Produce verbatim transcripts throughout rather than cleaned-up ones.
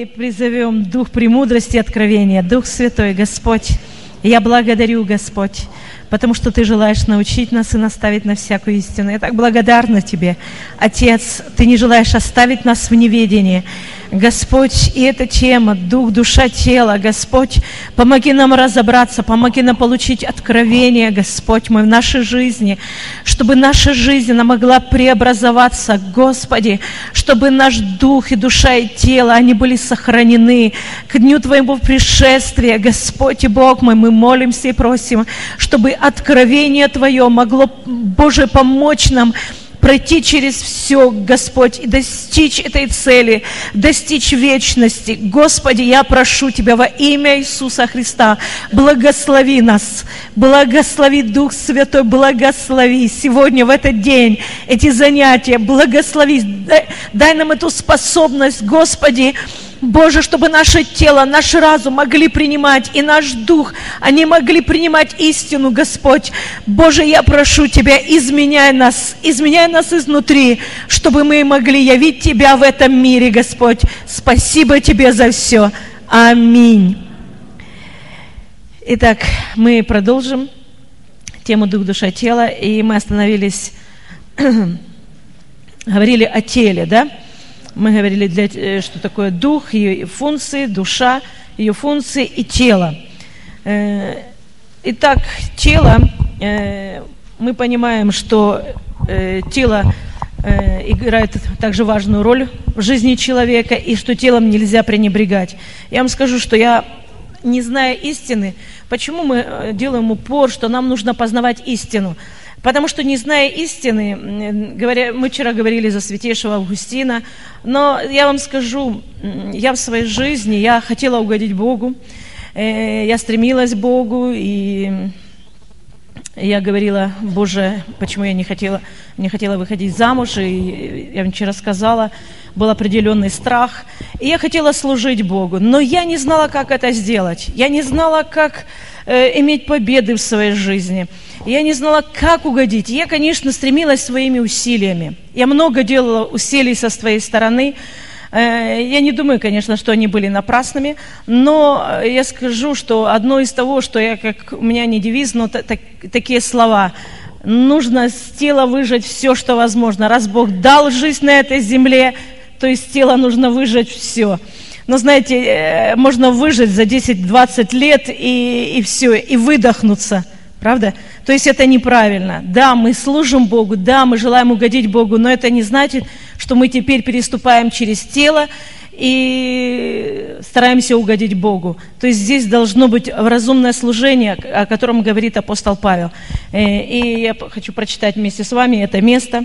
и призовем Дух премудрости и откровения. Дух Святой, Господь, я благодарю, Господь, потому что Ты желаешь научить нас и наставить на всякую истину. Я так благодарна Тебе, Отец, Ты не желаешь оставить нас в неведении. Господь, и эта тема, дух, душа, тело, Господь, помоги нам разобраться, помоги нам получить откровение, Господь мой, в нашей жизни, чтобы наша жизнь, она могла преобразоваться, Господи, чтобы наш дух и душа и тело, они были сохранены к дню Твоего пришествия, Господь и Бог мой, мы молимся и просим, чтобы откровение Твое могло, Боже, помочь нам пройти через все, Господь, и достичь этой цели, достичь вечности. Господи, я прошу Тебя во имя Иисуса Христа, благослови нас, благослови Дух Святой, благослови сегодня, в этот день, эти занятия, благослови, дай, дай нам эту способность, Господи, Боже, чтобы наше тело, наш разум могли принимать, и наш дух, они могли принимать истину, Господь. Боже, я прошу Тебя, изменяй нас, изменяй нас изнутри, чтобы мы могли явить Тебя в этом мире, Господь. Спасибо Тебе за все. Аминь. Итак, мы продолжим тему «Дух, душа, тело», и мы остановились, говорили о теле, да? Мы говорили, для, что такое дух, ее функции, душа, ее функции и тело. Итак, тело, мы понимаем, что тело играет также важную роль в жизни человека, и что телом нельзя пренебрегать. Я вам скажу, что я, не зная истины, почему мы делаем упор, что нам нужно познавать истину? Потому что, не зная истины, говоря, мы вчера говорили за святейшего Августина, но я вам скажу, я в своей жизни, я хотела угодить Богу, я стремилась к Богу, и я говорила: Боже, почему я не хотела, не хотела выходить замуж, и я вам вчера сказала, был определенный страх, и я хотела служить Богу, но я не знала, как это сделать, я не знала, как э, иметь победы в своей жизни. Я не знала, как угодить. Я, конечно, стремилась своими усилиями. Я много делала усилий со своей стороны. Я не думаю, конечно, что они были напрасными, но я скажу, что одно из того, что я, как у меня не девиз, но так, такие слова: нужно с тела выжать все, что возможно. Раз Бог дал жизнь на этой земле, то из тела нужно выжать все. Но, знаете, можно выжать за десять-двадцать лет и, и все, и выдохнуться. Правда? То есть это неправильно. Да, мы служим Богу, да, мы желаем угодить Богу, но это не значит, что мы теперь переступаем через тело и стараемся угодить Богу. То есть здесь должно быть разумное служение, о котором говорит апостол Павел. И я хочу прочитать вместе с вами это место.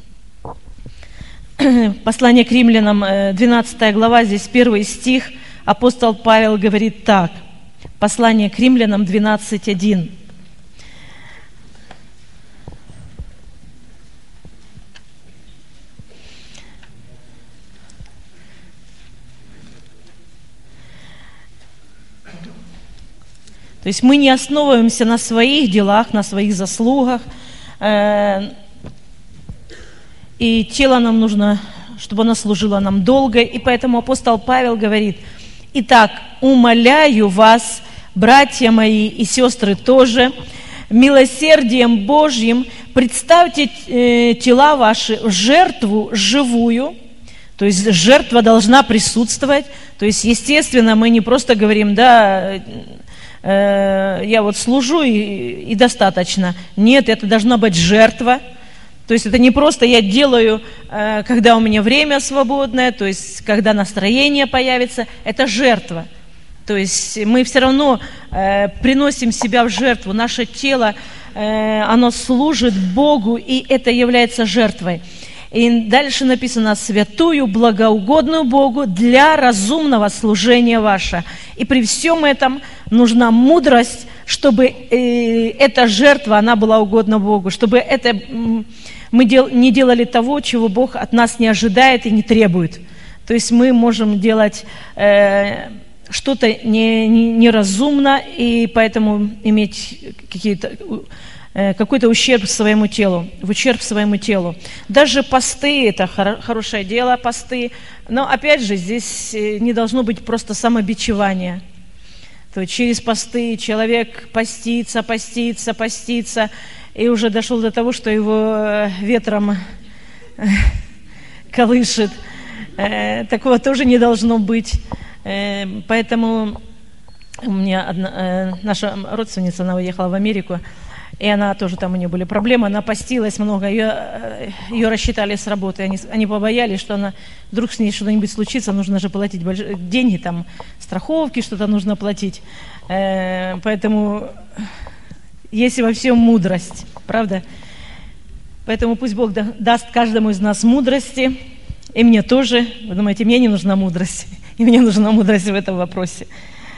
Послание к Римлянам, двенадцатая глава, здесь первый стих. Апостол Павел говорит так. Послание к Римлянам двенадцать один. То есть мы не основываемся на своих делах, на своих заслугах. И тело нам нужно, чтобы оно служило нам долго. И поэтому апостол Павел говорит: «Итак, умоляю вас, братья мои и сестры тоже, милосердием Божьим представьте тела ваши в жертву живую». То есть жертва должна присутствовать. То есть, естественно, мы не просто говорим: да, я вот служу и, и достаточно. Нет, это должна быть жертва. То есть это не просто я делаю, когда у меня время свободное, то есть когда настроение появится. Это жертва. То есть мы все равно приносим себя в жертву. Наше тело, оно служит Богу, и это является жертвой. И дальше написано: святую, благоугодную Богу для разумного служения ваше. И при всем этом нужна мудрость, чтобы э, эта жертва, она была угодна Богу, чтобы это, мы дел, не делали того, чего Бог от нас не ожидает и не требует. То есть мы можем делать э, что-то не, не, неразумно, и поэтому иметь какие-то какой-то ущерб своему телу, в ущерб своему телу. Даже посты – это хоро- хорошее дело, посты, но опять же здесь не должно быть просто самобичевания. То есть через посты человек постится, постится, постится, и уже дошел до того, что его ветром колышет. Такого тоже не должно быть. Поэтому у меня одна, наша родственница, она уехала в Америку, и она тоже, там у нее были проблемы, она постилась много, ее, ее рассчитали с работы, они, они побоялись, что она, вдруг с ней что-нибудь случится, нужно же платить большие деньги, там, страховки, что-то нужно платить. Э, поэтому есть во всем мудрость, правда? Поэтому пусть Бог да, даст каждому из нас мудрости, и мне тоже. Вы думаете, мне не нужна мудрость, и мне нужна мудрость в этом вопросе.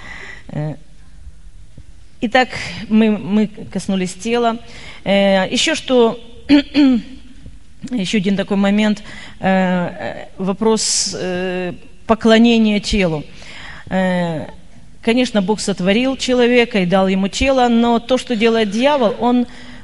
Итак, мы, мы коснулись тела. Еще что, еще один такой момент, вопрос поклонения телу. Конечно, Бог сотворил человека и дал ему тело, но то, что делает дьявол, он,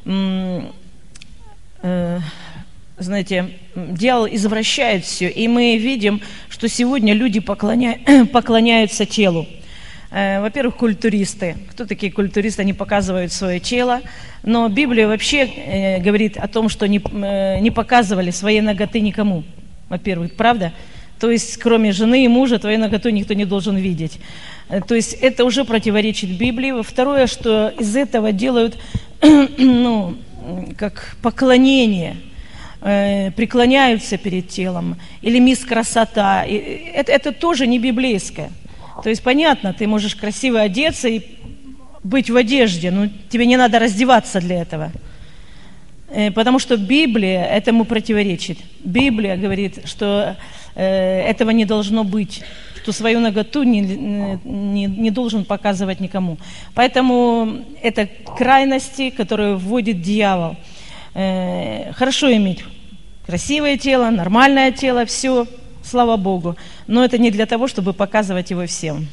знаете, дьявол извращает все, и мы видим, что сегодня люди поклоня... поклоняются телу. Во-первых, культуристы. Кто такие культуристы? Они показывают свое тело. Но Библия вообще э, говорит о том, что не, э, не показывали своей наготы никому. Во-первых, правда? То есть, кроме жены и мужа, твою наготу никто не должен видеть. Э, то есть, это уже противоречит Библии. Второе, что из этого делают, ну, как поклонение. Э, преклоняются перед телом. Или мисс красота. И это, это тоже не библейское. То есть, понятно, ты можешь красиво одеться и быть в одежде, но тебе не надо раздеваться для этого. Потому что Библия этому противоречит. Библия говорит, что этого не должно быть, что свою наготу не, не, не должен показывать никому. Поэтому это крайности, которые вводит дьявол. Хорошо иметь красивое тело, нормальное тело, все. Слава Богу. Но это не для того, чтобы показывать его всем.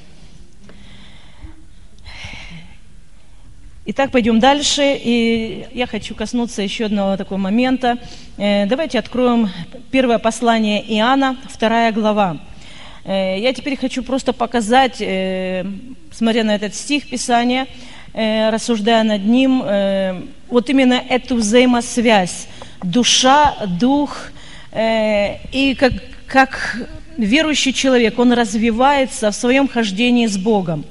Итак, пойдем дальше. И я хочу коснуться еще одного такого момента. Давайте откроем первое послание Иоанна, вторая глава. Я теперь хочу просто показать, смотря на этот стих Писания, рассуждая над ним, вот именно эту взаимосвязь. Душа, дух и как как верующий человек, он развивается в своем хождении с Богом.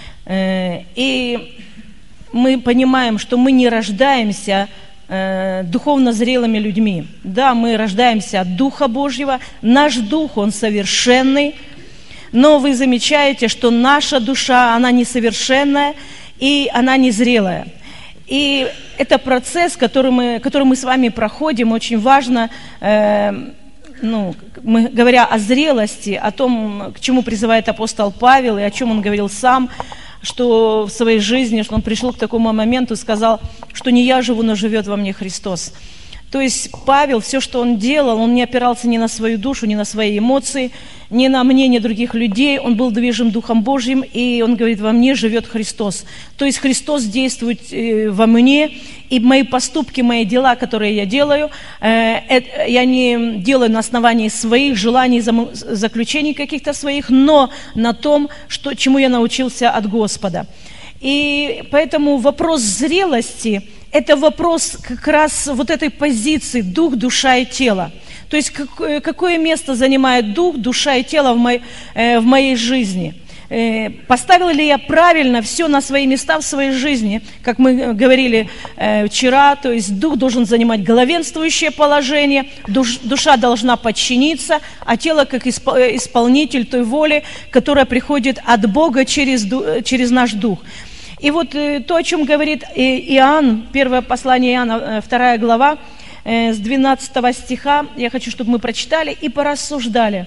И мы понимаем, что мы не рождаемся духовно зрелыми людьми. Да, мы рождаемся от Духа Божьего, наш дух, он совершенный, но вы замечаете, что наша душа, она несовершенная и она незрелая. И это процесс, который мы, который мы с вами проходим, очень важно. Ну, мы, говоря о зрелости, о том, к чему призывает апостол Павел, и о чем он говорил сам, что в своей жизни, что он пришел к такому моменту и сказал, что не я живу, но живет во мне Христос. То есть Павел, все, что он делал, он не опирался ни на свою душу, ни на свои эмоции, ни на мнение других людей, он был движим Духом Божьим, и он говорит, во мне живет Христос. То есть Христос действует во мне, и мои поступки, мои дела, которые я делаю, я не делаю на основании своих желаний, заключений каких-то своих, но на том, что, чему я научился от Господа. И поэтому вопрос зрелости – это вопрос как раз вот этой позиции дух, душа и тело. То есть какое, какое место занимает дух, душа и тело в моей, э, в моей жизни. Э, поставил ли я правильно все на свои места в своей жизни, как мы говорили э, вчера, то есть дух должен занимать главенствующее положение, душ, душа должна подчиниться, а тело как исполнитель той воли, которая приходит от Бога через, через наш дух. И вот то, о чем говорит Иоанн, первое послание Иоанна, вторая глава, с двенадцатого стиха, я хочу, чтобы мы прочитали и порассуждали.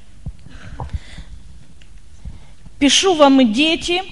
«Пишу вам, дети,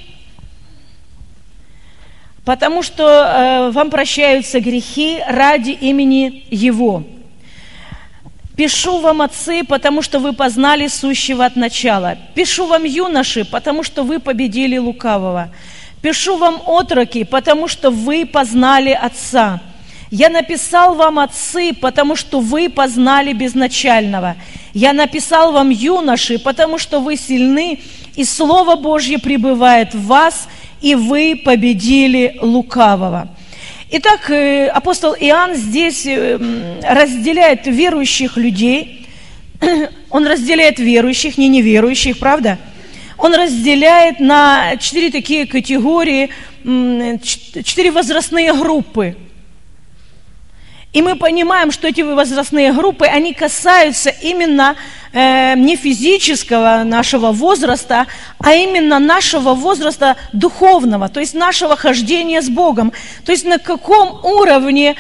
потому что вам прощаются грехи ради имени Его. Пишу вам, отцы, потому что вы познали сущего от начала. Пишу вам, юноши, потому что вы победили лукавого. Пишу вам, отроки, потому что вы познали Отца. Я написал вам, отцы, потому что вы познали Безначального. Я написал вам, юноши, потому что вы сильны, и Слово Божье пребывает в вас, и вы победили лукавого». Итак, апостол Иоанн здесь разделяет верующих людей. Он разделяет верующих, не неверующих, правда? Он разделяет на четыре такие категории, четыре возрастные группы. И мы понимаем, что эти возрастные группы, они касаются именно э, не физического нашего возраста, а именно нашего возраста духовного, то есть нашего хождения с Богом. То есть на каком уровне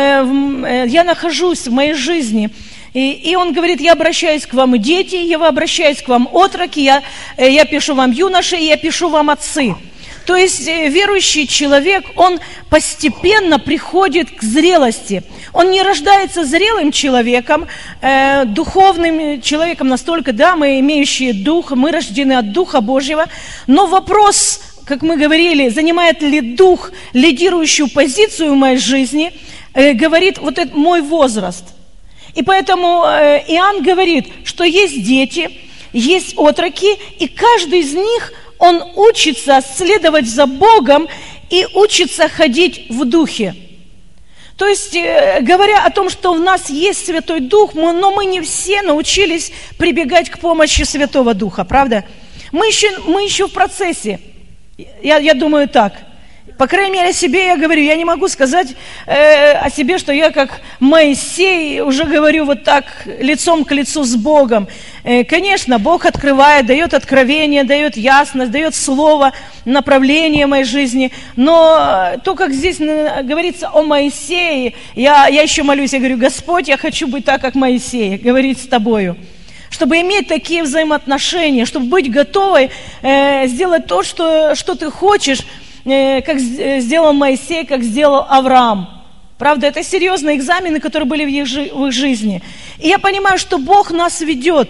э, я нахожусь в моей жизни. И, и он говорит: я обращаюсь к вам, дети, я обращаюсь к вам, отроки, я, я пишу вам, юноши, и я пишу вам, отцы. То есть верующий человек, он постепенно приходит к зрелости. Он не рождается зрелым человеком, э, духовным человеком настолько, да, мы имеющие дух, мы рождены от Духа Божьего. Но вопрос, как мы говорили, занимает ли дух лидирующую позицию в моей жизни, э, говорит вот этот мой возраст. И поэтому э, Иоанн говорит, что есть дети, есть отроки, и каждый из них он учится следовать за Богом и учится ходить в Духе. То есть, говоря о том, что у нас есть Святой Дух, мы, но мы не все научились прибегать к помощи Святого Духа, правда? Мы еще, мы еще в процессе, я, я думаю так. По крайней мере, о себе я говорю, я не могу сказать э, о себе, что я как Моисей уже говорю вот так, лицом к лицу с Богом. Э, конечно, Бог открывает, дает откровение, дает ясность, дает слово, направление моей жизни. Но то, как здесь говорится о Моисее, я, я еще молюсь, я говорю: Господь, я хочу быть так, как Моисей, говорить с Тобою. Чтобы иметь такие взаимоотношения, чтобы быть готовой э, сделать то, что, что Ты хочешь, как сделал Моисей, как сделал Авраам. Правда, это серьезные экзамены, которые были в их, в их жизни. И я понимаю, что Бог нас ведет.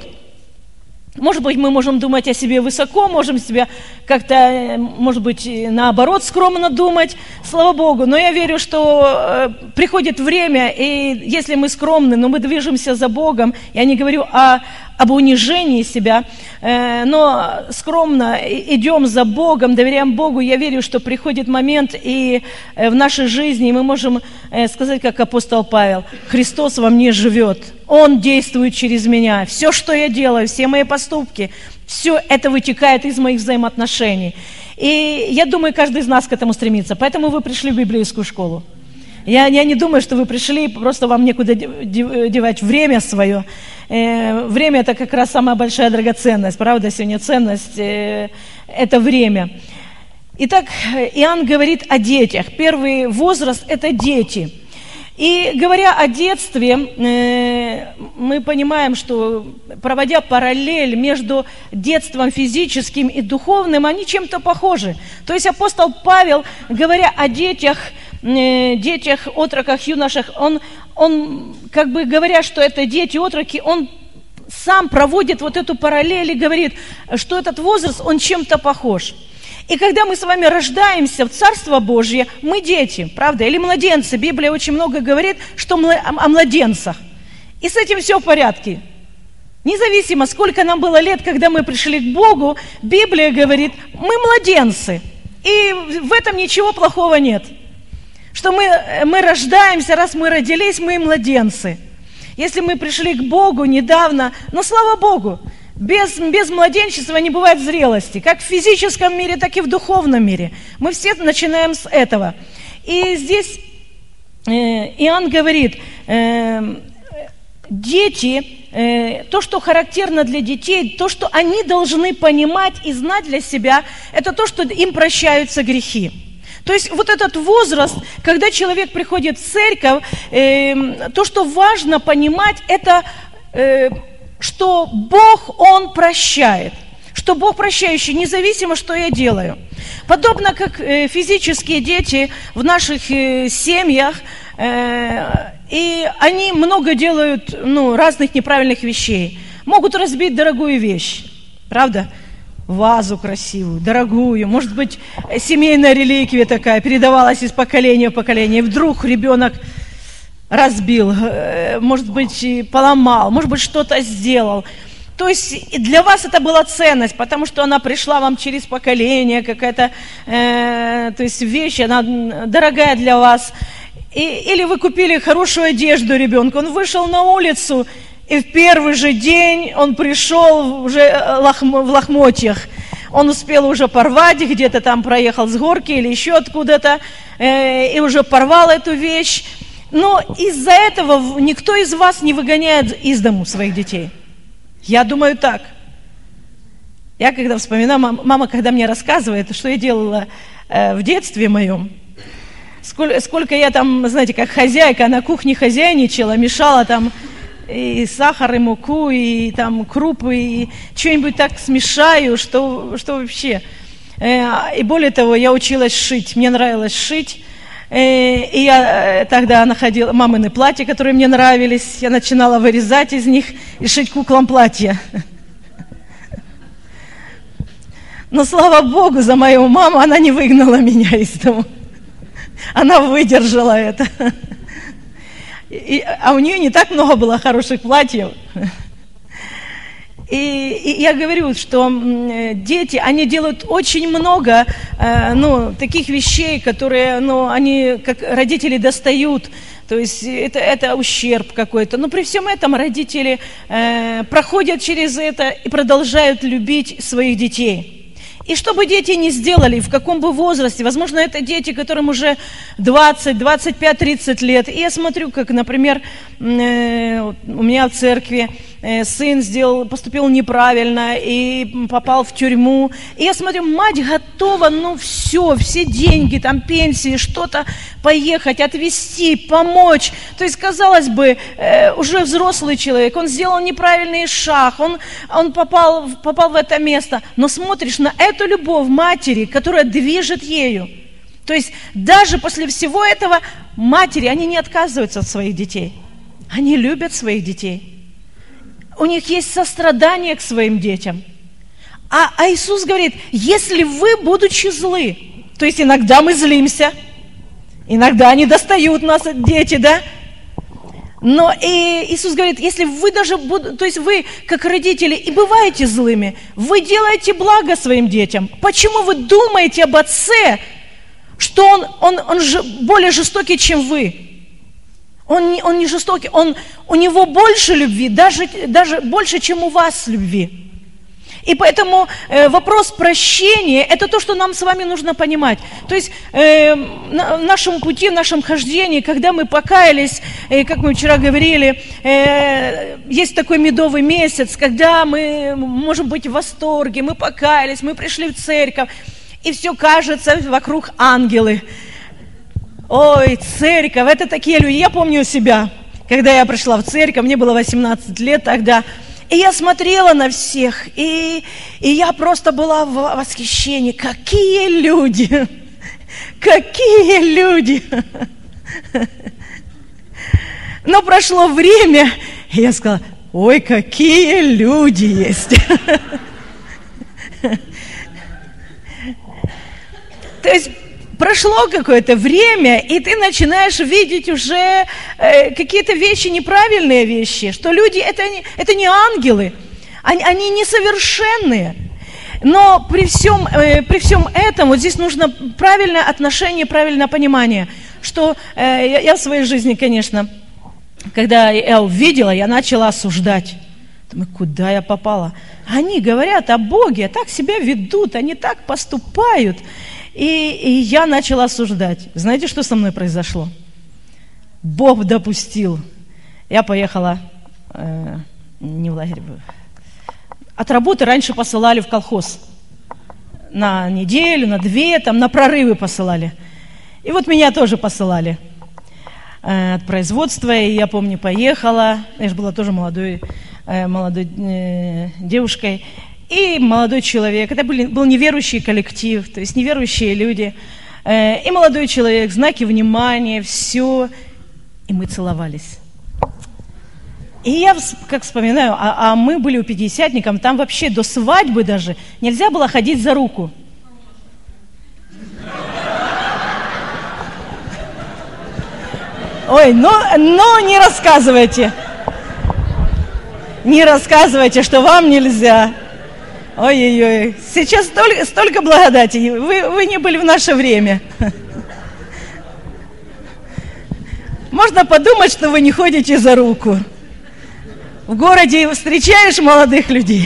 Может быть, мы можем думать о себе высоко, можем себя как-то, может быть, наоборот, скромно думать, слава Богу. Но я верю, что приходит время, и если мы скромны, но мы движемся за Богом, я не говорю о, об унижении себя, но скромно идем за Богом, доверяем Богу, я верю, что приходит момент и в нашей жизни, и мы можем сказать, как апостол Павел: Христос во мне живет, Он действует через меня. Все, что я делаю, все мои поступки, все это вытекает из моих взаимоотношений. И я думаю, каждый из нас к этому стремится. Поэтому вы пришли в библейскую школу. Я, я не думаю, что вы пришли, просто вам некуда девать время свое. Э, время – это как раз самая большая драгоценность, правда? Сегодня ценность э, – это время. Итак, Иоанн говорит о детях. Первый возраст – это дети. И говоря о детстве, мы понимаем, что, проводя параллель между детством физическим и духовным, они чем-то похожи. То есть апостол Павел, говоря о детях, детях, отроках, юношах, он, он как бы говоря, что это дети, отроки, он сам проводит вот эту параллель и говорит, что этот возраст, он чем-то похож. И когда мы с вами рождаемся в Царство Божье, мы дети, правда, или младенцы. Библия очень много говорит, что о младенцах. И с этим все в порядке. Независимо, сколько нам было лет, когда мы пришли к Богу, Библия говорит, мы младенцы. И в этом ничего плохого нет. Что мы, мы рождаемся, раз мы родились, мы младенцы. Если мы пришли к Богу недавно, но слава Богу, Без, без младенчества не бывает зрелости, как в физическом мире, так и в духовном мире. Мы все начинаем с этого. И здесь э, Иоанн говорит, э, дети, э, то, что характерно для детей, то, что они должны понимать и знать для себя, это то, что им прощаются грехи. То есть вот этот возраст, когда человек приходит в церковь, э, то, что важно понимать, это... Э, что Бог, Он прощает, что Бог прощающий, независимо, что я делаю. Подобно как э, физические дети в наших э, семьях, э, и они много делают ну, разных неправильных вещей, могут разбить дорогую вещь, правда? вазу красивую, дорогую, может быть, семейная реликвия такая, передавалась из поколения в поколение, и вдруг ребенок разбил, может быть, поломал, может быть, что-то сделал. То есть для вас это была ценность, потому что она пришла вам через поколение, какая-то э, то есть вещь, она дорогая для вас. И, или вы купили хорошую одежду ребенку, он вышел на улицу, и в первый же день он пришел уже лохмо, в лохмотьях. Он успел уже порвать, где-то там проехал с горки или еще откуда-то, э, и уже порвал эту вещь. Но из-за этого никто из вас не выгоняет из дому своих детей. Я думаю так. Я когда вспоминаю, мама, когда мне рассказывает, что я делала э, в детстве моем, сколько, сколько я там, знаете, как хозяйка на кухне хозяйничала, мешала там и сахар, и муку, и там крупы, и что-нибудь так смешаю, что, что вообще. Э, и более того, я училась шить, мне нравилось шить. И я тогда находила мамины платья, которые мне нравились. Я начинала вырезать из них и шить куклам платья. Но слава Богу за мою маму, она не выгнала меня из дома. Она выдержала это. И, а у нее не так много было хороших платьев. И, и я говорю, что дети, они делают очень много э, ну, таких вещей, которые ну, они, как родители, достают. То есть это, это ущерб какой-то. Но при всем этом родители э, проходят через это и продолжают любить своих детей. И что бы дети ни сделали, в каком бы возрасте, возможно, это дети, которым уже двадцать, двадцать пять, тридцать лет. И я смотрю, как, например, э, у меня в церкви э, сын сделал, поступил неправильно и попал в тюрьму. И я смотрю, мать готова, ну все, все деньги, там пенсии, что-то поехать, отвезти, помочь. То есть, казалось бы, э, уже взрослый человек, он сделал неправильный шаг, он, он попал, попал в это место. Но смотришь на это, эту любовь матери, которая движет ею. То есть даже после всего этого матери, они не отказываются от своих детей. Они любят своих детей. У них есть сострадание к своим детям. А, а Иисус говорит, если вы, будучи злы, то есть иногда мы злимся, иногда они достают нас, дети, да? Но и Иисус говорит, если вы даже, то есть вы, как родители, и бываете злыми, вы делаете благо своим детям. Почему вы думаете об отце, что он, он, он же более жестокий, чем вы? Он, он не жестокий, он, у него больше любви, даже, даже больше, чем у вас любви. И поэтому э, вопрос прощения – это то, что нам с вами нужно понимать. То есть э, на, в нашем пути, в нашем хождении, когда мы покаялись, э, как мы вчера говорили, э, есть такой медовый месяц, когда мы можем быть в восторге, мы покаялись, мы пришли в церковь, и все кажется вокруг ангелы. Ой, церковь, это такие люди. Я помню себя, когда я пришла в церковь, мне было восемнадцать лет тогда. И я смотрела на всех, и, и я просто была в восхищении. Какие люди! Какие люди! Но прошло время, и я сказала, ой, какие люди есть! То есть прошло какое-то время, и ты начинаешь видеть уже э, какие-то вещи, неправильные вещи, что люди это не, это не ангелы, они, они несовершенные. Но при всем, э, при всем этом вот здесь нужно правильное отношение, правильное понимание, что э, я, я в своей жизни, конечно, когда я увидела, я начала осуждать. Думаю, куда я попала? Они говорят о Боге, так себя ведут, они так поступают. И, и я начала осуждать. Знаете, что со мной произошло? Бог допустил. Я поехала, э, не в лагерь, от работы раньше посылали в колхоз. На неделю, на две, там на прорывы посылали. И вот меня тоже посылали э, от производства. И я помню, поехала. Я же была тоже молодой, э, молодой э, девушкой. И молодой человек, это был, был неверующий коллектив, то есть неверующие люди, э, и молодой человек, знаки внимания, все, и мы целовались. И я как вспоминаю, а, а мы были у пятидесятников, там вообще до свадьбы даже нельзя было ходить за руку. Ой, ну, ну не рассказывайте. Не рассказывайте, что вам нельзя. Ой-ой-ой, сейчас столько, столько благодати. Вы, вы не были в наше время. Можно подумать, что вы не ходите за руку. В городе встречаешь молодых людей.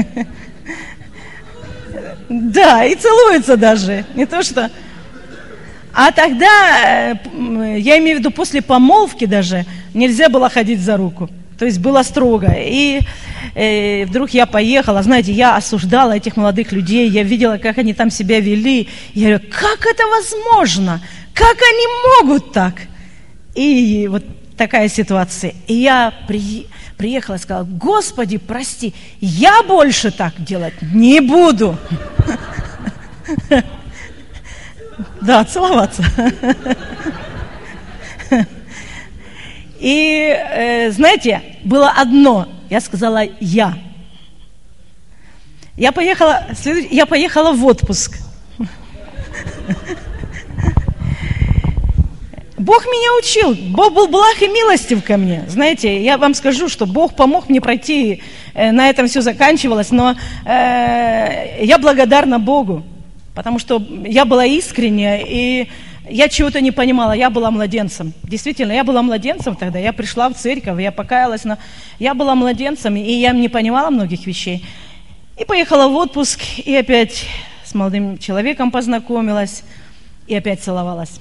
Да, и целуются даже. Не то что... А тогда, я имею в виду, после помолвки даже нельзя было ходить за руку. То есть было строго. И э, вдруг я поехала, знаете, я осуждала этих молодых людей, я видела, как они там себя вели. Я говорю, как это возможно? Как они могут так? И вот такая ситуация. И я при, приехала и сказала, Господи, прости, я больше так делать не буду. Да, целоваться. И, э, знаете, было одно. Я сказала «я». Я поехала, я поехала в отпуск. Бог меня учил. Бог был благ и милостив ко мне. Знаете, я вам скажу, что Бог помог мне пройти. Э, на этом все заканчивалось. Но э, я благодарна Богу. Потому что я была искренняя, и я чего-то не понимала, я была младенцем. Действительно, я была младенцем тогда, я пришла в церковь, я покаялась, но я была младенцем, и я не понимала многих вещей. И поехала в отпуск, и опять с молодым человеком познакомилась, и опять целовалась.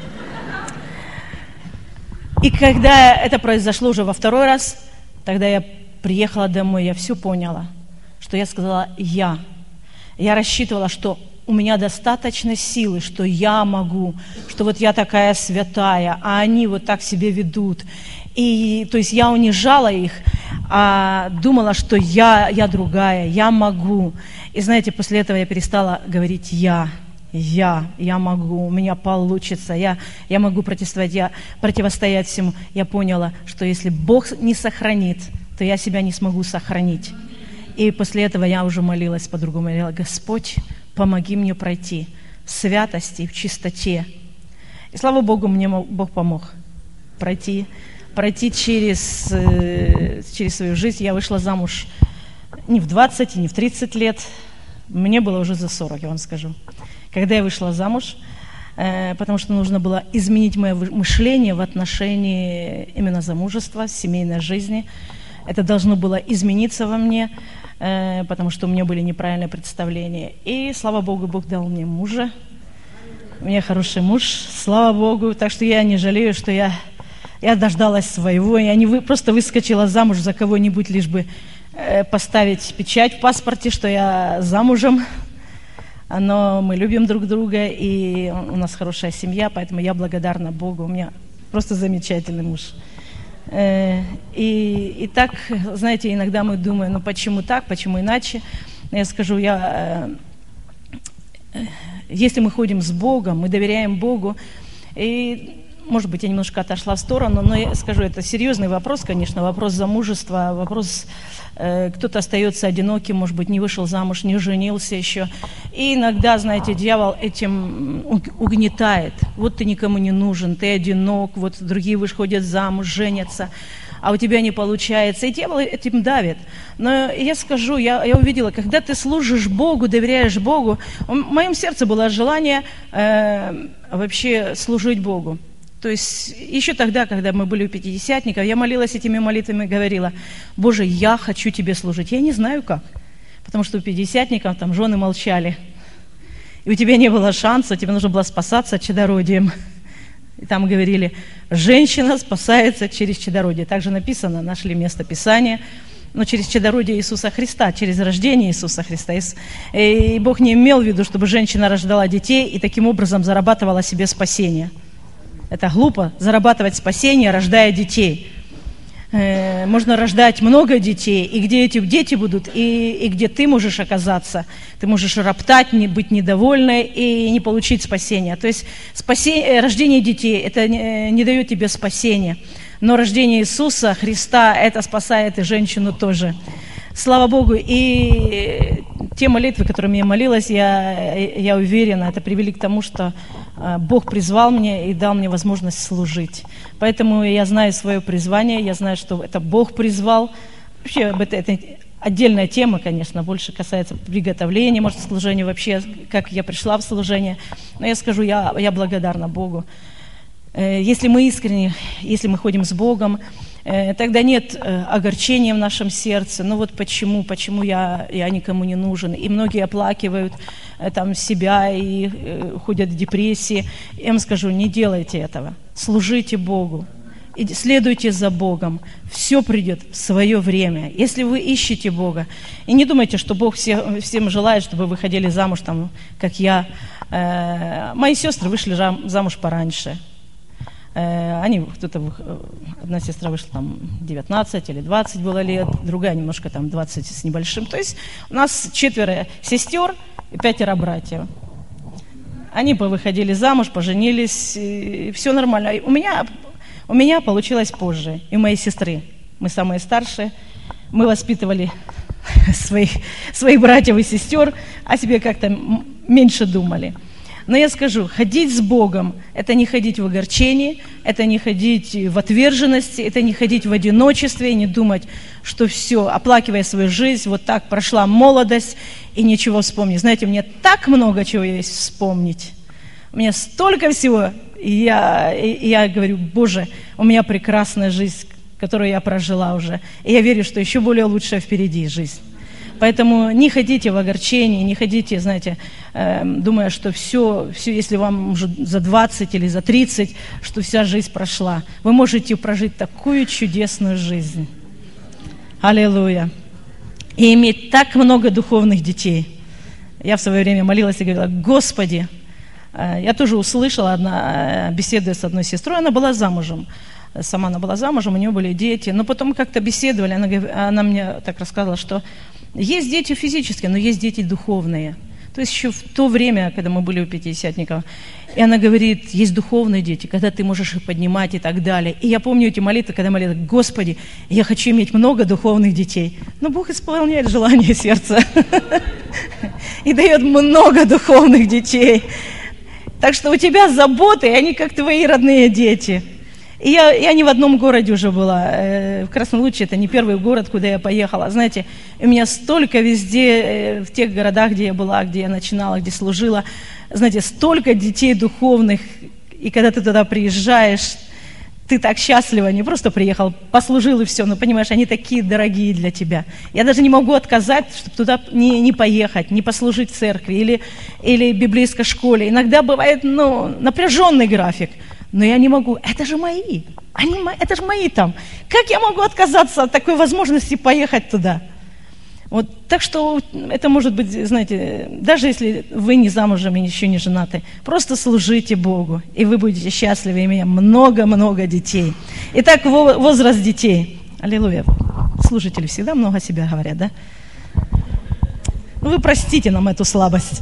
И когда это произошло уже во второй раз, тогда я приехала домой, я все поняла, что я сказала «я». Я рассчитывала, что у меня достаточно силы, что я могу, что вот я такая святая, а они вот так себя ведут. И, то есть я унижала их, а думала, что я, я другая, я могу. И знаете, после этого я перестала говорить «я». Я, я могу, у меня получится, я, я могу противостоять, я противостоять всему. Я поняла, что если Бог не сохранит, то я себя не смогу сохранить. И после этого я уже молилась по-другому. Я говорила, Господь, помоги мне пройти в святости, в чистоте. И слава Богу, мне Бог помог пройти, пройти через, через свою жизнь. Я вышла замуж не в двадцать, не в тридцать лет. Мне было уже за сорок, я вам скажу. Когда я вышла замуж, э, потому что нужно было изменить мое мышление в отношении именно замужества, семейной жизни. Это должно было измениться во мне, э, потому что у меня были неправильные представления. И, слава Богу, Бог дал мне мужа. У меня хороший муж, слава Богу. Так что я не жалею, что я, я дождалась своего. Я не вы, просто выскочила замуж за кого-нибудь, лишь бы э, поставить печать в паспорте, что я замужем. Но мы любим друг друга, и у нас хорошая семья, поэтому я благодарна Богу. У меня просто замечательный муж. И, и так, знаете, иногда мы думаем, ну почему так, почему иначе. Я скажу, я, если мы ходим с Богом, мы доверяем Богу, и, может быть, я немножко отошла в сторону, но я скажу, это серьезный вопрос, конечно, вопрос замужества, вопрос, э, кто-то остается одиноким, может быть, не вышел замуж, не женился еще. И иногда, знаете, дьявол этим угнетает. Вот ты никому не нужен, ты одинок, вот другие выходят замуж, женятся, а у тебя не получается. И дьявол этим давит. Но я скажу, я, я увидела, когда ты служишь Богу, доверяешь Богу, в моем сердце было желание э, вообще служить Богу. То есть еще тогда, когда мы были у пятидесятников, я молилась этими молитвами, говорила, Боже, я хочу Тебе служить. Я не знаю как, потому что у пятидесятников там жены молчали. И у тебя не было шанса, тебе нужно было спасаться чадородием. И там говорили, женщина спасается через чадородие. Так же написано, нашли место Писания, но через чадородие Иисуса Христа, через рождение Иисуса Христа. И Бог не имел в виду, чтобы женщина рождала детей и таким образом зарабатывала себе спасение. Это глупо, зарабатывать спасение, рождая детей. Э, можно рождать много детей, и где эти дети будут, и, и где ты можешь оказаться. Ты можешь роптать, не, быть недовольной и не получить спасения. То есть спасение, рождение детей, это не, не дает тебе спасения. но рождение Иисуса Христа, это спасает и женщину тоже. Слава Богу, и те молитвы, которыми я молилась, я, я уверена, это привели к тому, что Бог призвал меня и дал мне возможность служить. Поэтому я знаю свое призвание, я знаю, что это Бог призвал. Вообще, это, это отдельная тема, конечно, больше касается приготовления, может, служения вообще, как я пришла в служение. Но я скажу, я, я благодарна Богу. Если мы искренне, если мы ходим с Богом, тогда нет огорчения в нашем сердце. Ну вот почему, почему я, я никому не нужен. И многие оплакивают там себя и ходят в депрессии. Я вам скажу, не делайте этого. Служите Богу. И следуйте за Богом. Все придет в свое время. Если вы ищете Бога, и не думайте, что Бог все, всем желает, чтобы вы ходили замуж, там, как я. Мои сестры вышли замуж пораньше. Они, кто-то, одна сестра вышла там девятнадцать или двадцать было лет, другая немножко там двадцать с небольшим. То есть у нас четверо сестер и пятеро братьев. Они повыходили замуж, поженились, и все нормально. У меня, у меня получилось позже, и у моей сестры. Мы самые старшие, мы воспитывали своих, своих братьев и сестер, о себе как-то меньше думали. Но я скажу, ходить с Богом – это не ходить в огорчении, это не ходить в отверженности, это не ходить в одиночестве и не думать, что все, оплакивая свою жизнь, вот так прошла молодость и ничего вспомнить. Знаете, мне так много чего есть вспомнить. У меня столько всего, и я, и я говорю, Боже, у меня прекрасная жизнь, которую я прожила уже. И я верю, что еще более лучшая впереди жизнь. Поэтому не ходите в огорчении, не ходите, знаете, э, думая, что все, все, если вам уже за двадцать или за тридцать, что вся жизнь прошла. Вы можете прожить такую чудесную жизнь. Аллилуйя. И иметь так много духовных детей. Я в свое время молилась и говорила, Господи, э, я тоже услышала, одна, э, беседуя с одной сестрой, она была замужем. Сама она была замужем, у нее были дети. Но потом как-то беседовали, она, она мне так рассказывала, что есть дети физические, но есть дети духовные. То есть еще в то время, когда мы были у пятидесятников, и она говорит, есть духовные дети, когда ты можешь их поднимать и так далее. И я помню эти молитвы, когда молилась, Господи, я хочу иметь много духовных детей. Но Бог исполняет желание сердца и дает много духовных детей. Так что у тебя заботы, они как твои родные дети. И я, я не в одном городе уже была. В Красном Луче это не первый город, куда я поехала. Знаете, у меня столько везде, в тех городах, где я была, где я начинала, где служила, знаете, столько детей духовных. И когда ты туда приезжаешь, ты так счастлива, не просто приехал, послужил и все, но понимаешь, они такие дорогие для тебя. Я даже не могу отказать, чтобы туда не, не поехать, не послужить в церкви или, или в библейской школе. Иногда бывает, ну, напряженный график. Но я не могу, это же мои, они, это же мои там. Как я могу отказаться от такой возможности поехать туда? Вот, так что это может быть, знаете, даже если вы не замужем и еще не женаты, просто служите Богу, и вы будете счастливы, имея много-много детей. Итак, возраст детей. Аллилуйя. Служители всегда много о себе говорят, да? Ну, вы простите нам эту слабость.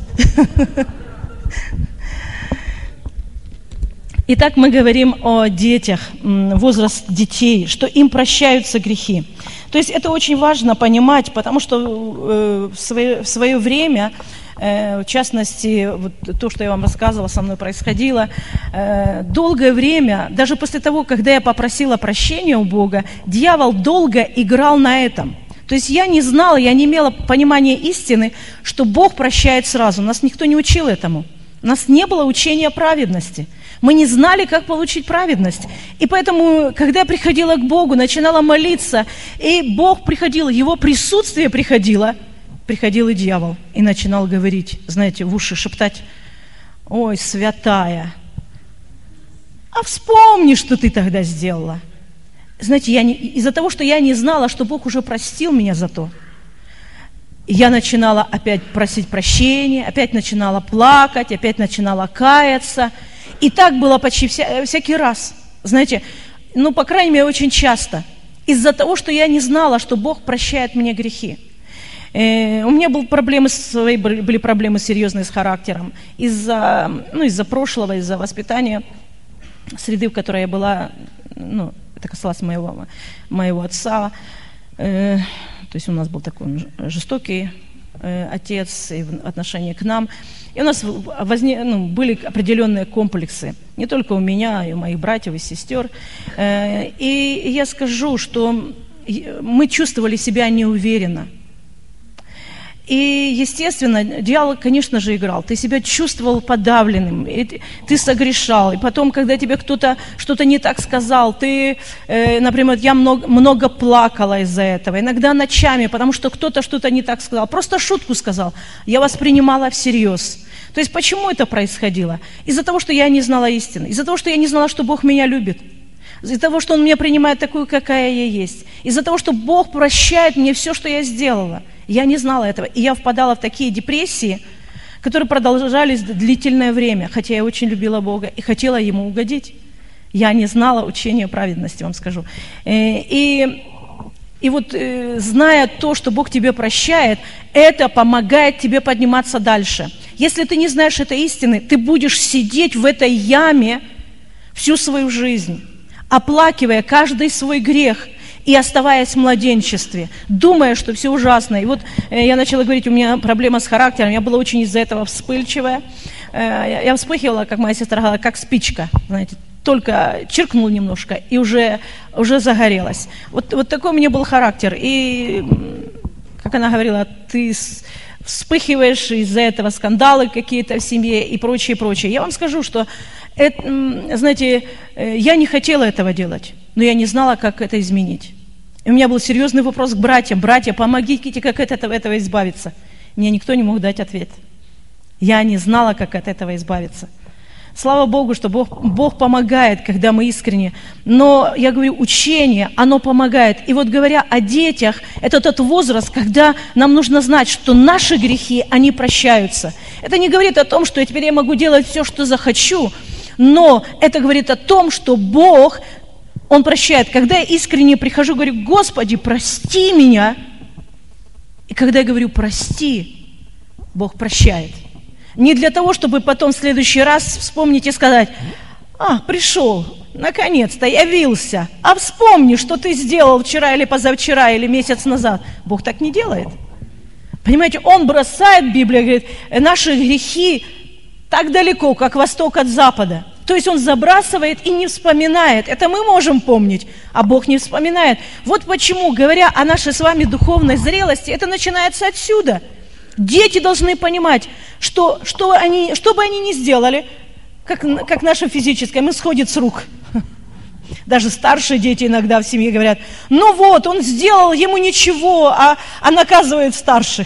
Итак, мы говорим о детях, возраст детей, что им прощаются грехи. То есть это очень важно понимать, потому что в свое, в свое время, в частности, вот то, что я вам рассказывала, со мной происходило, долгое время, даже после того, когда я попросила прощения у Бога, дьявол долго играл на этом. То есть я не знала, я не имела понимания истины, что Бог прощает сразу. Нас никто не учил этому. У нас не было учения о праведности. Мы не знали, как получить праведность. И поэтому, когда я приходила к Богу, начинала молиться, и Бог приходил, Его присутствие приходило, приходил и дьявол, и начинал говорить, знаете, в уши шептать, ой, святая, а вспомни, что ты тогда сделала. Знаете, я не, из-за того, что я не знала, что Бог уже простил меня за то, я начинала опять просить прощения, опять начинала плакать, опять начинала каяться. И так было почти вся, всякий раз. Знаете, ну, по крайней мере, очень часто. Из-за того, что я не знала, что Бог прощает мне грехи. Э, у меня был проблемы, свои, были проблемы серьезные с характером. Из-за, ну, из-за прошлого, из-за воспитания, среды, в которой я была, ну, это касалось моего, моего отца. Э, то есть у нас был такой жестокий э, отец и в отношении к нам. И у нас возне, ну, были определенные комплексы, не только у меня, и у моих братьев и сестер. Э, и я скажу, что мы чувствовали себя неуверенно. И, естественно, дьявол, конечно же, играл. Ты себя чувствовал подавленным, и ты, ты согрешал. И потом, когда тебе кто-то что-то не так сказал, ты, э, например, я много, много плакала из-за этого. Иногда ночами, потому что кто-то что-то не так сказал. Просто шутку сказал. Я воспринимала всерьез. То есть, почему это происходило? Из-за того, что я не знала истины. Из-за того, что я не знала, что Бог меня любит. Из-за того, что Он меня принимает такую, какая я есть. Из-за того, что Бог прощает мне все, что я сделала. Я не знала этого. И я впадала в такие депрессии, которые продолжались длительное время, хотя я очень любила Бога и хотела Ему угодить. Я не знала учения праведности, вам скажу. И, и вот, зная то, что Бог тебе прощает, это помогает тебе подниматься дальше. Если ты не знаешь этой истины, ты будешь сидеть в этой яме всю свою жизнь, оплакивая каждый свой грех и оставаясь в младенчестве, думая, что все ужасно. И вот э, я начала говорить, у меня проблема с характером, я была очень из-за этого вспыльчивая. Э, я вспыхивала, как моя сестра говорила, как спичка, знаете, только чиркнул немножко и уже, уже загорелась. Вот, вот такой у меня был характер. И, как она говорила, ты вспыхиваешь из-за этого, скандалы какие-то в семье и прочее, прочее. Я вам скажу, что это, знаете, я не хотела этого делать, но я не знала, как это изменить. И у меня был серьезный вопрос к братьям. Братья, помогите, как от этого, этого избавиться. Мне никто не мог дать ответ. Я не знала, как от этого избавиться. Слава Богу, что Бог, Бог помогает, когда мы искренне. Но, я говорю, учение, оно помогает. И вот говоря о детях, это тот возраст, когда нам нужно знать, что наши грехи, они прощаются. Это не говорит о том, что теперь я могу делать все, что захочу, но это говорит о том, что Бог, Он прощает. Когда я искренне прихожу, говорю, Господи, прости меня. И когда я говорю, прости, Бог прощает. Не для того, чтобы потом в следующий раз вспомнить и сказать, а, пришел, наконец-то, явился, а вспомни, что ты сделал вчера или позавчера, или месяц назад. Бог так не делает. Понимаете, Он бросает, Библия говорит, наши грехи так далеко, как восток от запада. То есть Он забрасывает и не вспоминает. Это мы можем помнить, а Бог не вспоминает. Вот почему, говоря о нашей с вами духовной зрелости, это начинается отсюда. Дети должны понимать, что, что, они, что бы они ни сделали, как, как наше физическое, им сходит с рук. Даже старшие дети иногда в семье говорят, ну вот, он сделал, ему ничего, а, а наказывает старших.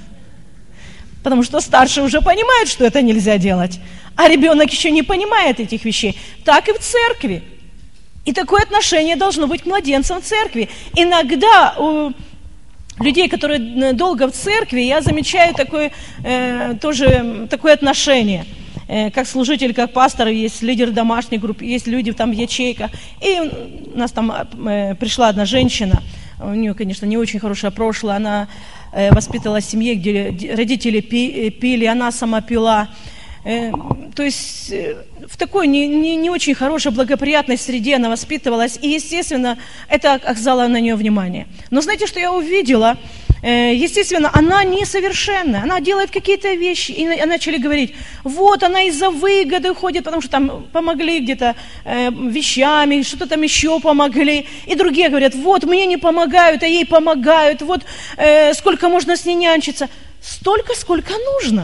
Потому что старшие уже понимают, что это нельзя делать, а ребенок еще не понимает этих вещей. Так и в церкви. И такое отношение должно быть к младенцам в церкви. Иногда у людей, которые долго в церкви, я замечаю такое, э, тоже такое отношение. Э, как служитель, как пастор, есть лидер домашней группы, есть люди там в ячейках. И у нас там э, пришла одна женщина, у нее, конечно, не очень хорошее прошлое, она э, воспитывала в семье, где родители пи, пили, она сама пила. Э, то есть э, в такой не, не, не очень хорошей, благоприятной среде она воспитывалась, и, естественно, это оказало на нее внимание. Но знаете, что я увидела? Э, естественно, она несовершенная, она делает какие-то вещи, и начали говорить, вот, она из-за выгоды уходит, потому что там помогли где-то э, вещами, что-то там еще помогли, и другие говорят, вот, мне не помогают, а ей помогают, вот, э, сколько можно с ней нянчиться, столько, сколько нужно.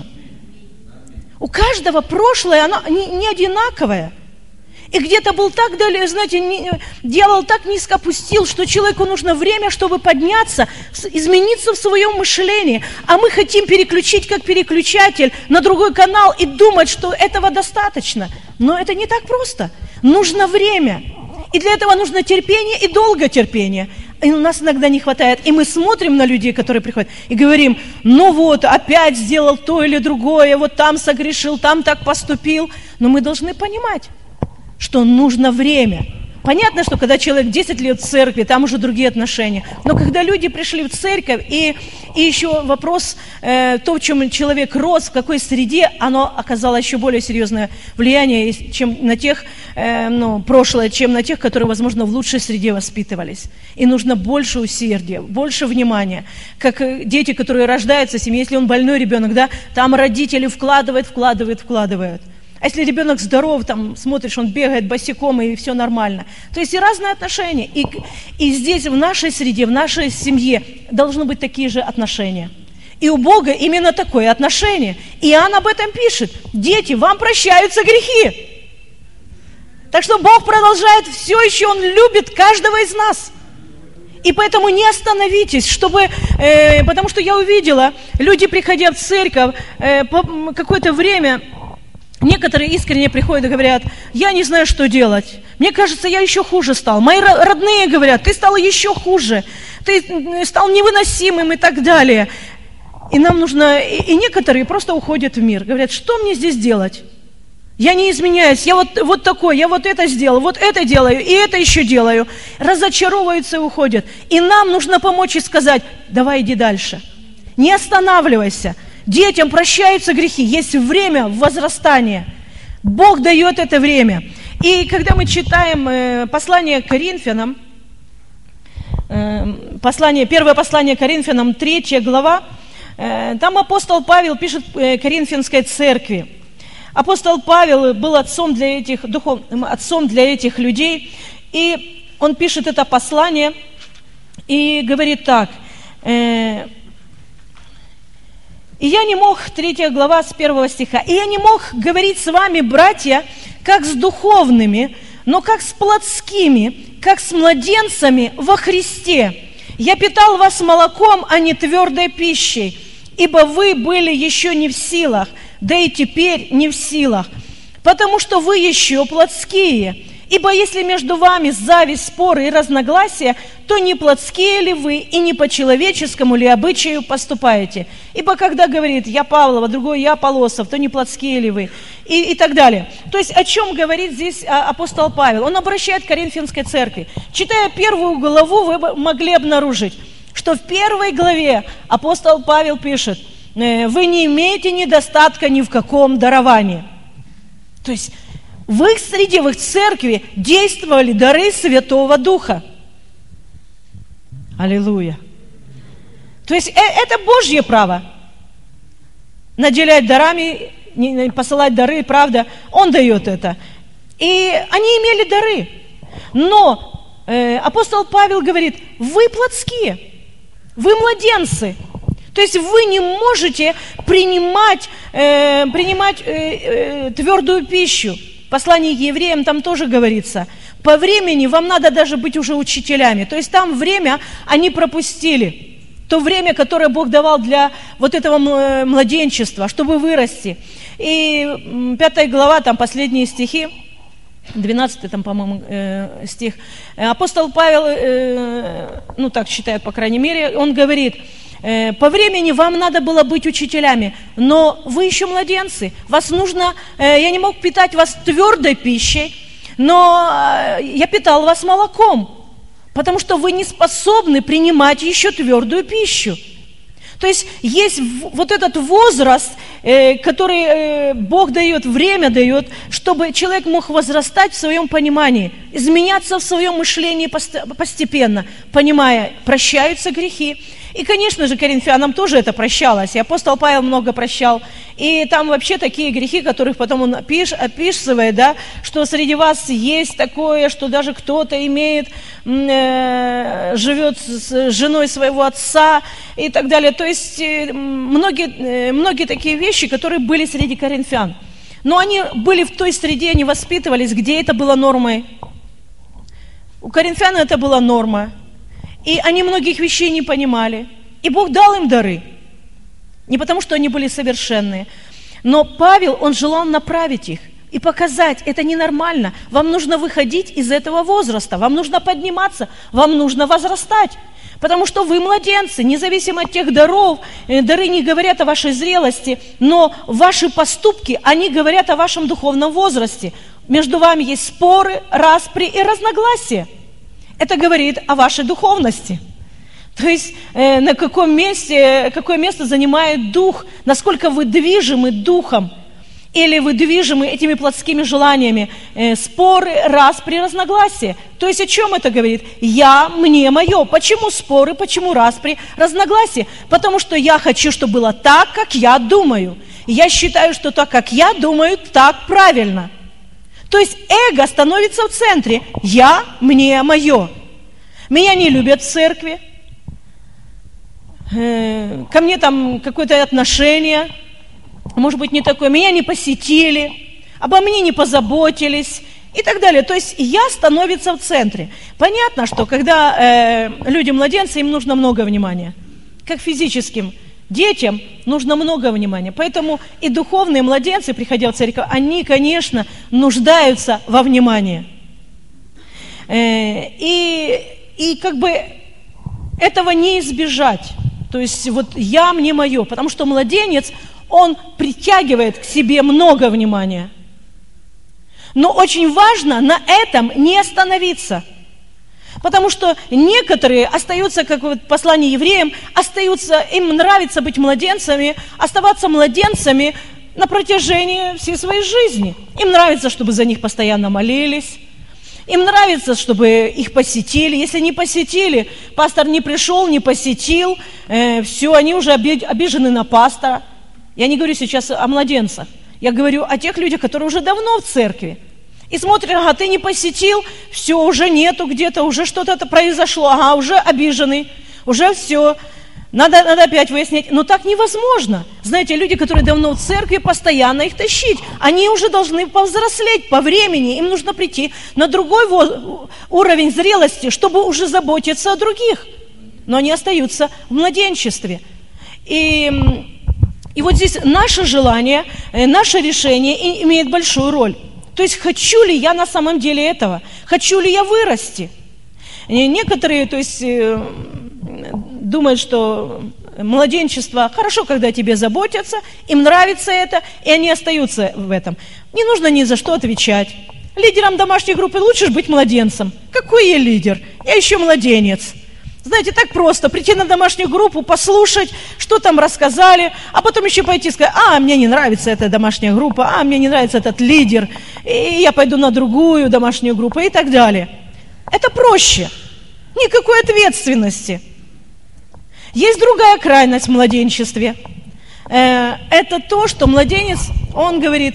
У каждого прошлое, оно не, не одинаковое. И где-то был так далее, знаете, не, дьявол так низко опустил, что человеку нужно время, чтобы подняться, измениться в своем мышлении. А мы хотим переключить, как переключатель, на другой канал и думать, что этого достаточно. Но это не так просто. Нужно время. И для этого нужно терпение и долготерпение. И у нас иногда не хватает. И мы смотрим на людей, которые приходят, и говорим, ну вот, опять сделал то или другое, вот там согрешил, там так поступил. Но мы должны понимать, что нужно время. понятно, что когда человек десять лет в церкви, там уже другие отношения. Но когда люди пришли в церковь, и, и еще вопрос, э, то, в чем человек рос, в какой среде, оно оказало еще более серьезное влияние, чем на тех, э, ну, прошлое, чем на тех, которые, возможно, в лучшей среде воспитывались. И нужно больше усердия, больше внимания. Как дети, которые рождаются в семье, если он больной ребенок, да, там родители вкладывают, вкладывают, вкладывают. А если ребенок здоров, там, смотришь, он бегает босиком, и все нормально. То есть и разные отношения. И, и здесь, в нашей среде, в нашей семье должны быть такие же отношения. И у Бога именно такое отношение. И Иоанн об этом пишет. Дети, вам прощаются грехи. Так что Бог продолжает все еще, Он любит каждого из нас. И поэтому не остановитесь, чтобы, э, потому что я увидела, люди, приходя в церковь, э, по какое-то время... Некоторые искренне приходят и говорят: я не знаю, что делать. Мне кажется, я еще хуже стал. Мои родные говорят: ты стал еще хуже, ты стал невыносимым и так далее. И нам нужно... И некоторые просто уходят в мир. Говорят: что мне здесь делать? Я не изменяюсь, я вот, вот такой, я вот это сделал, вот это делаю, и это еще делаю. Разочаровываются и уходят. И нам нужно помочь и сказать: давай иди дальше. Не останавливайся. Детям прощаются грехи, есть время возрастания. Бог дает это время. И когда мы читаем э, послание к Коринфянам, э, послание, первое послание к Коринфянам, третья глава, э, там апостол Павел пишет э, Коринфянской церкви. Апостол Павел был отцом для этих, духов, отцом для этих людей, и он пишет это послание и говорит так: э, «И я не мог», третья глава с первого стиха, «и я не мог говорить с вами, братья, как с духовными, но как с плотскими, как с младенцами во Христе. Я питал вас молоком, а не твердой пищей, ибо вы были еще не в силах, да и теперь не в силах, потому что вы еще плотские. Ибо если между вами зависть, споры и разногласия, то не плотские ли вы и не по человеческому ли обычаю поступаете? Ибо когда говорит я Павлова, другой я Аполлосов, то не плотские ли вы?» И, и так далее. То есть о чем говорит здесь апостол Павел? Он обращает к Коринфянской церкви. Читая первую главу, вы могли обнаружить, что в первой главе апостол Павел пишет: вы не имеете недостатка ни в каком даровании. То есть в их среде, в их церкви действовали дары Святого Духа. Аллилуйя. То есть это Божье право. Наделять дарами, посылать дары, правда, Он дает это. И они имели дары. Но э, апостол Павел говорит: вы плотские, вы младенцы. То есть вы не можете принимать, э, принимать э, э, твердую пищу. В послании к евреям там тоже говорится: по времени вам надо даже быть уже учителями. То есть там время они пропустили. То время, которое Бог давал для вот этого младенчества, чтобы вырасти. И пятая глава, там последние стихи, двенадцатый там, по-моему, э, стих. Апостол Павел, э, ну так считает, по крайней мере, он говорит: по времени вам надо было быть учителями, но вы еще младенцы. Вас нужно, я не мог питать вас твердой пищей, но я питал вас молоком, потому что вы не способны принимать еще твердую пищу. То есть есть вот этот возраст, который Бог дает, время дает, чтобы человек мог возрастать в своем понимании, изменяться в своем мышлении постепенно, понимая, прощаются грехи. И, конечно же, коринфянам тоже это прощалось, и апостол Павел много прощал. И там вообще такие грехи, которых потом он опиш, описывает, да, что среди вас есть такое, что даже кто-то имеет, э, живет с женой своего отца и так далее. То есть э, многие, э, многие такие вещи, которые были среди коринфян. Но они были в той среде, они воспитывались, где это было нормой. У коринфян это была норма. И они многих вещей не понимали. И Бог дал им дары. Не потому, что они были совершенные. Но Павел, он желал направить их и показать, это ненормально. Вам нужно выходить из этого возраста. Вам нужно подниматься. Вам нужно возрастать. Потому что вы младенцы, независимо от тех даров. Дары не говорят о вашей зрелости, но ваши поступки, они говорят о вашем духовном возрасте. между вами есть споры, распри и разногласия. Это говорит о вашей духовности. То есть э, на каком месте, какое место занимает дух, насколько вы движимы духом, или вы движимы этими плотскими желаниями, э, споры, распри, разногласия. То есть о чем это говорит? Я, мне, мое. Почему споры, почему распри, разногласия? Потому что я хочу, чтобы было так, как я думаю. Я считаю, что так, как я думаю, так правильно. То есть эго становится в центре. Я, мне, мое. Меня не любят в церкви. Э, ко мне там какое-то отношение, может быть, не такое. Меня не посетили, обо мне не позаботились и так далее. То есть я становится в центре. Понятно, что когда э, люди-младенцы, им нужно много внимания. Как физическим детям нужно много внимания. Поэтому и духовные младенцы, приходя в церковь, они, конечно, нуждаются во внимании. Э, и, и как бы этого не избежать. То есть вот я, мне, мое. Потому что младенец, он притягивает к себе много внимания. Но очень важно на этом не остановиться. Потому что некоторые остаются, как в послании евреям, остаются, им нравится быть младенцами, оставаться младенцами на протяжении всей своей жизни. Им нравится, чтобы за них постоянно молились. Им нравится, чтобы их посетили. Если не посетили, пастор не пришел, не посетил, э, все, они уже обижены на пастора. Я не говорю сейчас о младенцах. Я говорю о тех людях, которые уже давно в церкви. И смотрят, ага, ты не посетил, все, уже нету где-то, уже что-то произошло, ага, уже обиженный, уже все. Надо, надо опять выяснять. Но так невозможно. Знаете, люди, которые давно в церкви, постоянно их тащить. Они уже должны повзрослеть по времени. Им нужно прийти на другой уровень зрелости, чтобы уже заботиться о других. Но они остаются в младенчестве. И, и вот здесь наше желание, наше решение имеет большую роль. То есть, хочу ли я на самом деле этого? Хочу ли я вырасти? Некоторые, то есть, думают, что младенчество хорошо, когда тебе заботятся, им нравится это, и они остаются в этом. Не нужно ни за что отвечать. Лидером домашней группы лучше быть младенцем. Какой я лидер? Я еще младенец. Знаете, так просто прийти на домашнюю группу, послушать, что там рассказали, а потом еще пойти и сказать, а, мне не нравится эта домашняя группа, а, мне не нравится этот лидер, и я пойду на другую домашнюю группу и так далее. Это проще. Никакой ответственности. Есть другая крайность в младенчестве. Это то, что младенец, он говорит...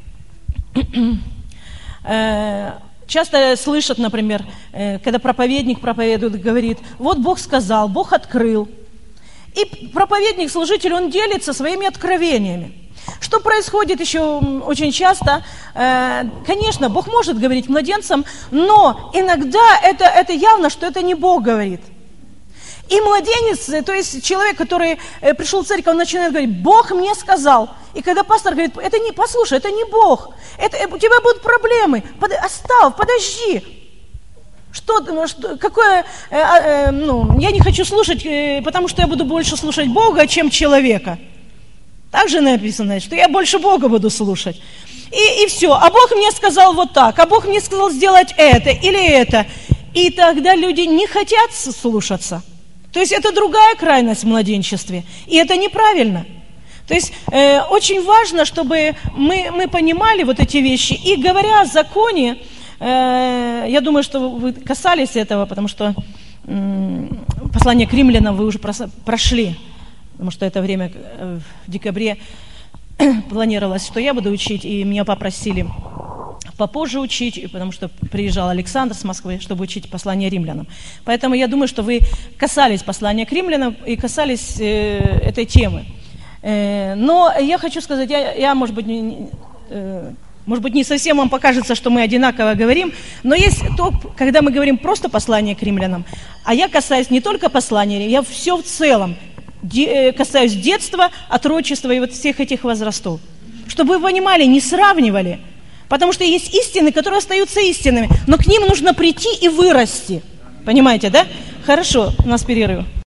Часто слышат, например, когда проповедник проповедует, говорит, вот Бог сказал, Бог открыл. И проповедник, служитель, он делится своими откровениями. Что происходит еще очень часто? Конечно, Бог может говорить младенцам, но иногда это, это явно, что это не Бог говорит. И младенец, то есть человек, который пришел в церковь, он начинает говорить, Бог мне сказал. И когда пастор говорит, это не, послушай, это не Бог, это, у тебя будут проблемы, под, оставь, подожди. Что, что, какое, э, э, ну, я не хочу слушать, э, потому что я буду больше слушать Бога, чем человека. Так же написано, что я больше Бога буду слушать. И, и все, а Бог мне сказал вот так, а Бог мне сказал сделать это или это. И тогда люди не хотят слушаться. То есть это другая крайность в младенчестве, и это неправильно. То есть э, очень важно, чтобы мы, мы понимали вот эти вещи. И говоря о законе, э, я думаю, что вы касались этого, потому что э, послание к римлянам вы уже прошли, потому что это время в декабре планировалось, что я буду учить, и меня попросили попозже учить, потому что приезжал Александр с Москвы, чтобы учить послание римлянам. Поэтому я думаю, что вы касались послания к римлянам и касались э, этой темы. Э, но я хочу сказать, я, я может быть, не, э, может быть, не совсем вам покажется, что мы одинаково говорим, но есть то, когда мы говорим просто послание к римлянам, а я касаюсь не только послания, я все в целом, де, касаюсь детства, отрочества и вот всех этих возрастов. Чтобы вы понимали, не сравнивали. Потому что есть истины, которые остаются истинами, но к ним нужно прийти и вырасти. Понимаете, да? Хорошо, у нас перерыв.